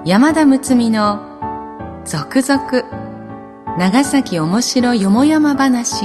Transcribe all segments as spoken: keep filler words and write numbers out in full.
山田睦美の続々長崎おもしろよもやま話。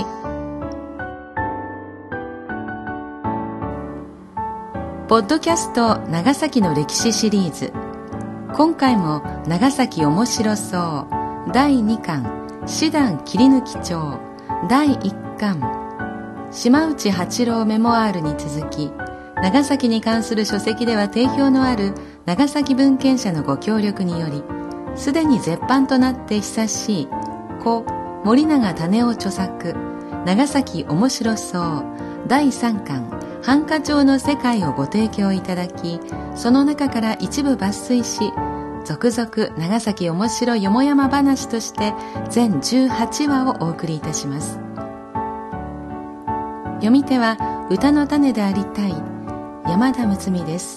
ポッドキャスト長崎の歴史シリーズ、今回も長崎おもしろそうだいにかん師団切抜帳だいいっかん島内八郎メモアールに続き、長崎に関する書籍では定評のある長崎文献者のご協力により、すでに絶版となって久しい故森永種夫著作長崎おもしろそうだいさんかん繁華町の世界をご提供いただき、その中から一部抜粋し、続々長崎おもしろよもやま話として全じゅうはちわをお送りいたします。読み手は歌の種でありたい山田睦美です。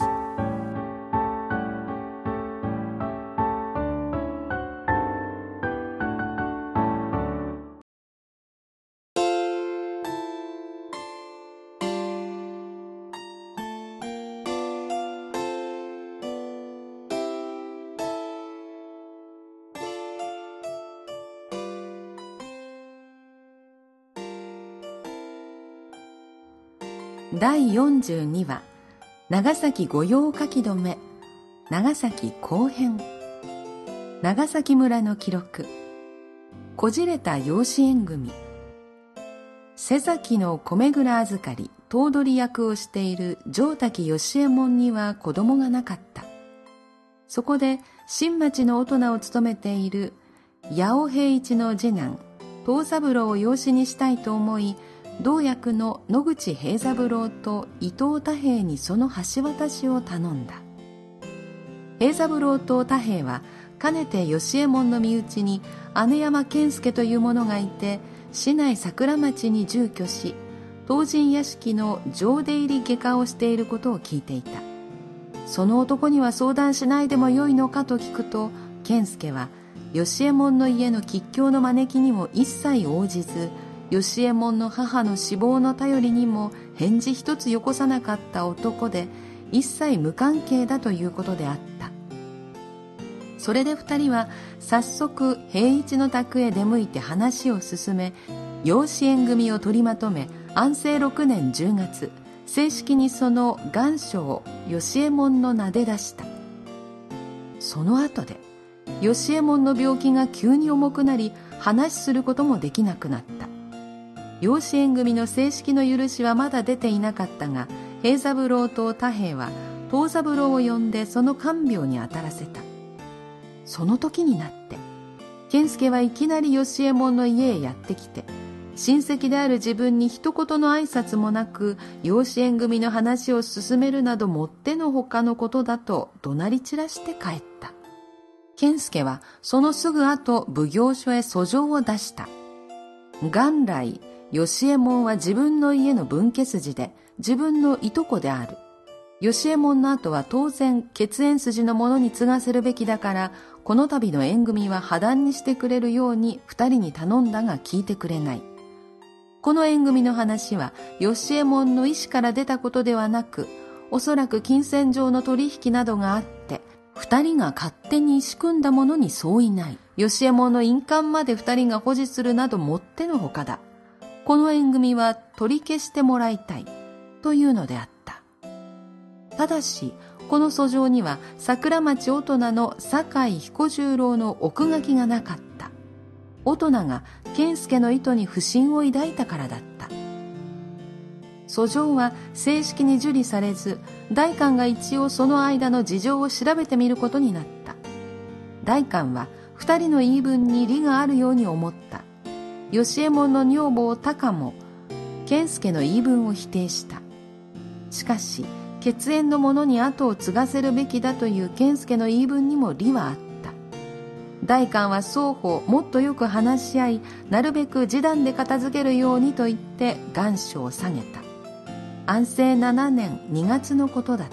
だいよんじゅうにわ、長崎御用書き留め長崎後編。長崎村の記録。こじれた養子縁組。瀬崎の米蔵預かり頭取役をしている城滝義右衛門には子供がなかった。そこで新町の大人を務めている八尾平一の次男藤三郎を養子にしたいと思い、同役の野口平三郎と伊藤太平にその橋渡しを頼んだ。平三郎と太平はかねて義右衛門の身内に姉山健介という者がいて、市内桜町に住居し、東神屋敷の上出入り外科をしていることを聞いていた。その男には相談しないでもよいのかと聞くと、健介は義右衛門の家の吉凶の招きにも一切応じず、義右衛門の母の死亡の頼りにも返事一つよこさなかった男で、一切無関係だということであった。それで二人は早速平一の宅へ出向いて話を進め、養子縁組を取りまとめ、安政六年十月、正式にその願書を義右衛門の名で出した。その後で義右衛門の病気が急に重くなり、話することもできなくなった。養子縁組の正式の許しはまだ出ていなかったが、平三郎と太平は藤三郎を呼んでその看病に当たらせた。その時になって健介はいきなり義右衛門の家へやってきて、親戚である自分に一言の挨拶もなく養子縁組の話を進めるなどもってのほかのことだと怒鳴り散らして帰った。健介はそのすぐ後奉行所へ訴状を出した。元来義右衛門は自分の家の分家筋で自分のいとこである。義右衛門の後は当然血縁筋の者に継がせるべきだから、この度の縁組は破談にしてくれるように二人に頼んだが聞いてくれない。この縁組の話は義右衛門の意思から出たことではなく、おそらく金銭上の取引などがあって二人が勝手に仕組んだものに相違ない。義右衛門の印鑑まで二人が保持するなどもってのほかだ。この縁組は取り消してもらいたいというのであった。ただしこの訴状には桜町大人の酒井彦十郎の奥書きがなかった。大人が健介の意図に不信を抱いたからだった。訴状は正式に受理されず、代官が一応その間の事情を調べてみることになった。代官は二人の言い分に理があるように思った。義右衛門の女房高も健介の言い分を否定した。しかし血縁の者に後を継がせるべきだという健介の言い分にも理はあった。代官は双方もっとよく話し合い、なるべく示談で片付けるようにと言って願書を下げた。安政ななねんにがつのことだった。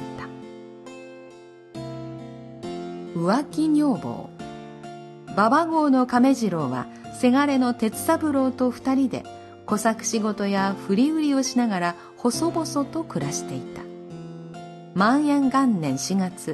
浮気女房。馬場郷の亀次郎はせがれの鉄三郎と二人で小作仕事や振り売りをしながら細々と暮らしていた。万延元年しがつ、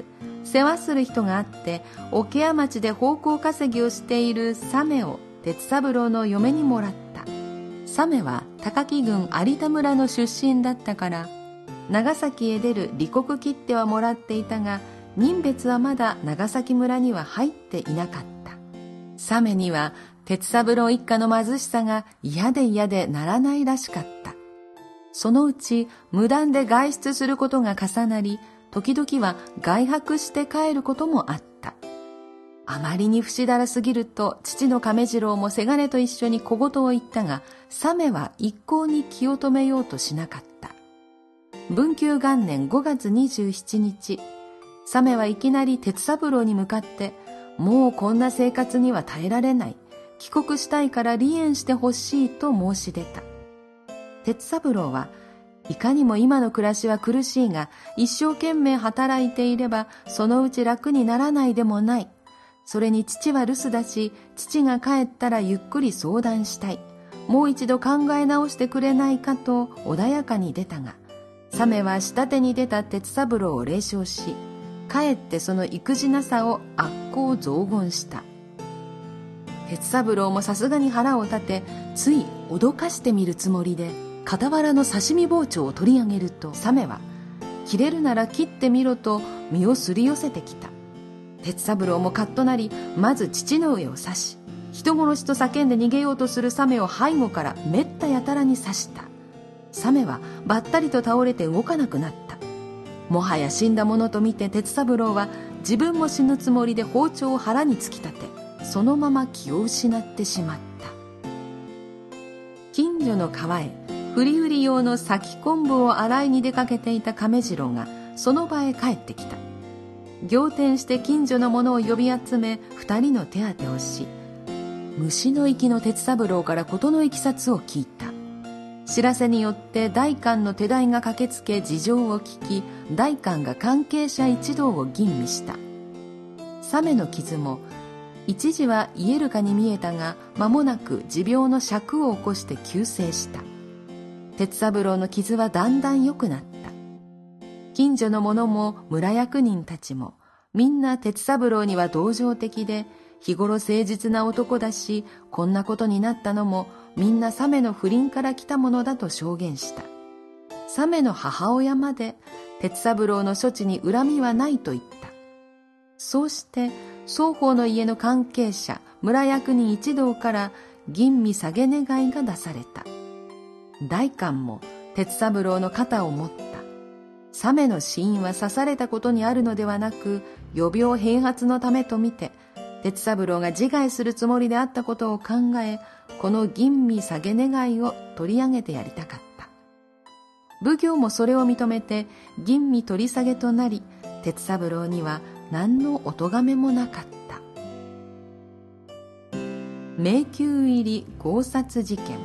世話する人があって、桶屋町で奉公稼ぎをしているサメを鉄三郎の嫁にもらった。サメは高木郡有田村の出身だったから、長崎へ出る離国切手はもらっていたが、人別はまだ長崎村には入っていなかった。サメには鉄三郎一家の貧しさが嫌で嫌でならないらしかった。そのうち無断で外出することが重なり、時々は外泊して帰ることもあった。あまりにふしだらすぎると、父の亀次郎もせがれと一緒に小言を言ったが、サメは一向に気を止めようとしなかった。文久元年ごがつにじゅうしちにち、サメはいきなり鉄三郎に向かって、もうこんな生活には耐えられない。帰国したいから離縁してほしいと申し出た。鉄三郎はいかにも今の暮らしは苦しいが、一生懸命働いていればそのうち楽にならないでもない。それに父は留守だし、父が帰ったらゆっくり相談したい。もう一度考え直してくれないかと穏やかに出たが、サメは下手に出た鉄三郎を冷笑し、かえってその育児なさを悪行増言した。鉄三郎もさすがに腹を立て、つい脅かしてみるつもりで傍らの刺身包丁を取り上げると、サメは切れるなら切ってみろと身をすり寄せてきた。鉄三郎もカッとなり、まず父の上を刺し、人殺しと叫んで逃げようとするサメを背後からめったやたらに刺した。サメはばったりと倒れて動かなくなった。もはや死んだものと見て鉄三郎は自分も死ぬつもりで包丁を腹に突き立て、そのまま気を失ってしまった。近所の川へふり売り用の裂き昆布を洗いに出かけていた亀次郎がその場へ帰ってきた。仰天して近所の者を呼び集め、二人の手当てをし、虫の息の鉄三郎から事のいきさつを聞いた。知らせによって代官の手代が駆けつけ事情を聞き、代官が関係者一同を吟味した。サメの傷も一時は癒えるかに見えたが、間もなく持病の癪を起こして急逝した。鉄三郎の傷はだんだん良くなった。近所の者も村役人たちもみんな鉄三郎には同情的で、日頃誠実な男だし、こんなことになったのもみんなサメの不倫から来たものだと証言した。サメの母親まで鉄三郎の処置に恨みはないと言った。そうして双方の家の関係者、村役人一同から吟味下げ願いが出された。代官も鉄三郎の肩を持った。サメの死因は刺されたことにあるのではなく、予病併発のためとみて、鉄三郎が自害するつもりであったことを考え、この吟味下げ願いを取り上げてやりたかった。奉行もそれを認めて吟味取り下げとなり、鉄三郎には何のお咎めもなかった。迷宮入り強殺事件。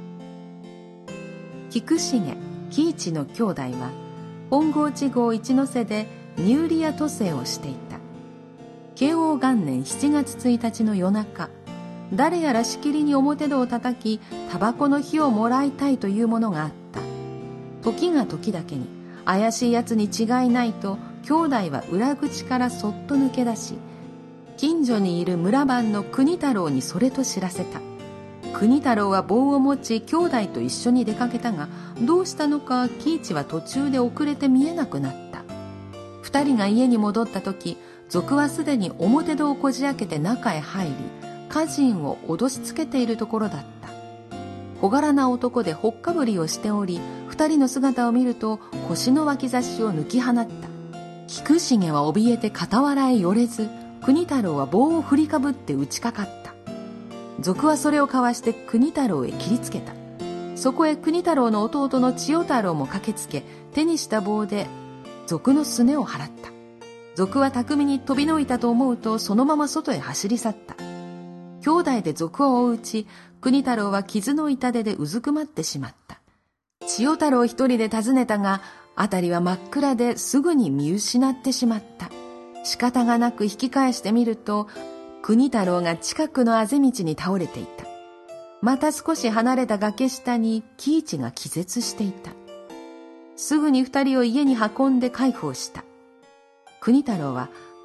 菊重、喜一の兄弟は本郷地郷一ノ瀬で荷売りや渡世をしていた。慶応元年しちがつついたちの夜中、誰やらしきりに表戸を叩き、タバコの火をもらいたいというものがあった。時が時だけに怪しいやつに違いないと、兄弟は裏口からそっと抜け出し、近所にいる村番の国太郎にそれと知らせた。国太郎は棒を持ち兄弟と一緒に出かけたが、どうしたのか喜一は途中で遅れて見えなくなった。二人が家に戻った時、賊はすでに表戸をこじ開けて中へ入り、家人を脅しつけているところだった。小柄な男でほっかぶりをしており、二人の姿を見ると腰の脇差しを抜き放った。菊重は怯えて傍らへ寄れず、国太郎は棒を振りかぶって打ちかかった。賊はそれをかわして国太郎へ切りつけた。そこへ国太郎の弟の千代太郎も駆けつけ、手にした棒で賊のすねを払った。賊は巧みに飛びのいたと思うと、そのまま外へ走り去った。兄弟で賊を追ううち、国太郎は傷の痛手でうずくまってしまった。千代太郎一人で訪ねたが、辺りは真っ暗ですぐに見失ってしまった。仕方がなく引き返してみると、国太郎が近くのあぜ道に倒れていた。また少し離れた崖下に喜一が気絶していた。すぐに二人を家に運んで介抱した。国太郎は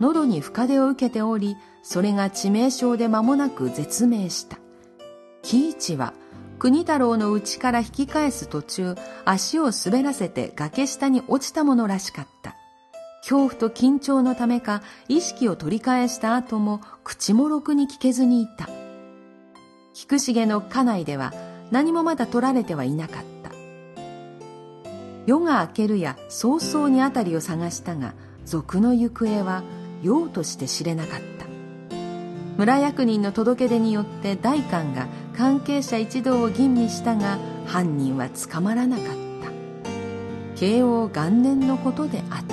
喉に深手を受けており、それが致命傷で間もなく絶命した。喜一は国太郎の家から引き返す途中、足を滑らせて崖下に落ちたものらしかった。恐怖と緊張のためか、意識を取り返した後も口もろくに聞けずにいた。菊重の家内では何もまだ取られてはいなかった。夜が明けるや早々にあたりを探したが、賊の行方はようとして知れなかった。村役人の届け出によって代官が関係者一同を吟味したが、犯人は捕まらなかった。慶応元年のことであった。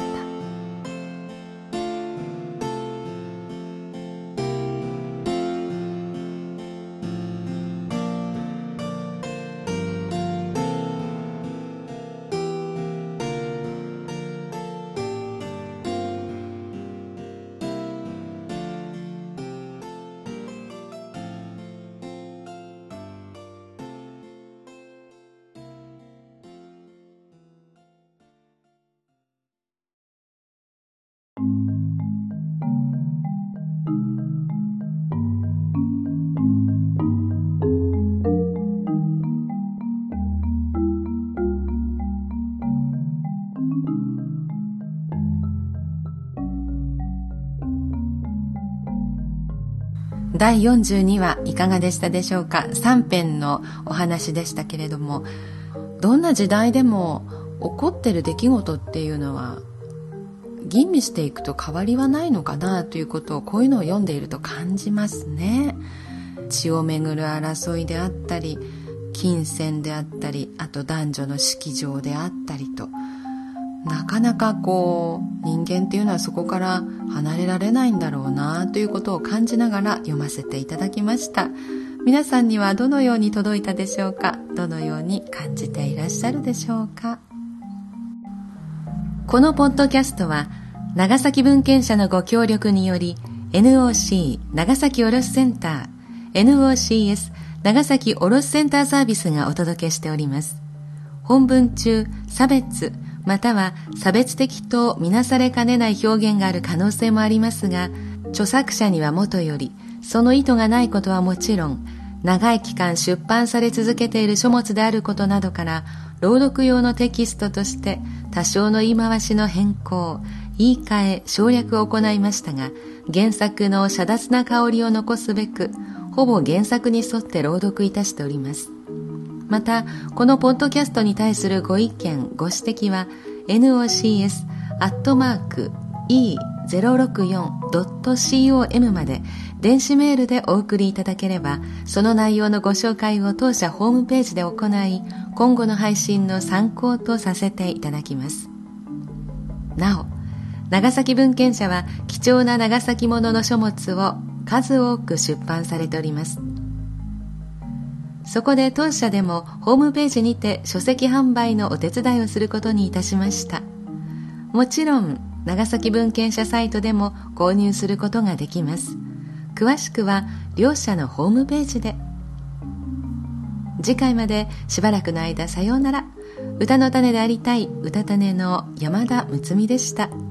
だいよんじゅうにわいかがでしたでしょうか。さん編のお話でしたけれども、どんな時代でも起こってる出来事っていうのは吟味していくと変わりはないのかなということを、こういうのを読んでいると感じますね。血をめぐる争いであったり、金銭であったり、あと男女の式場であったりと、なかなかこう人間っていうのはそこから離れられないんだろうなということを感じながら読ませていただきました。皆さんにはどのように届いたでしょうか。どのように感じていらっしゃるでしょうか。このポッドキャストは長崎文献社のご協力により エヌオーシー 長崎卸センター エヌオーシーエス 長崎卸センターサービスがお届けしております。本文中差別または差別的とみなされかねない表現がある可能性もありますが、著作者にはもとよりその意図がないことはもちろん、長い期間出版され続けている書物であることなどから朗読用のテキストとして多少の言い回しの変更、言い換え、省略を行いましたが、原作の洒脱な香りを残すべくほぼ原作に沿って朗読いたしております。またこのポッドキャストに対するご意見ご指摘は エヌオーシーエス アットマーク イーゼロろくよん ドット コム まで電子メールでお送りいただければ、その内容のご紹介を当社ホームページで行い、今後の配信の参考とさせていただきます。なお、長崎文献社は貴重な長崎ものの書物を数多く出版されております。そこで当社でもホームページにて書籍販売のお手伝いをすることにいたしました。もちろん長崎文献社サイトでも購入することができます。詳しくは両社のホームページで。次回までしばらくの間さようなら。歌の種でありたい歌種の山田睦美でした。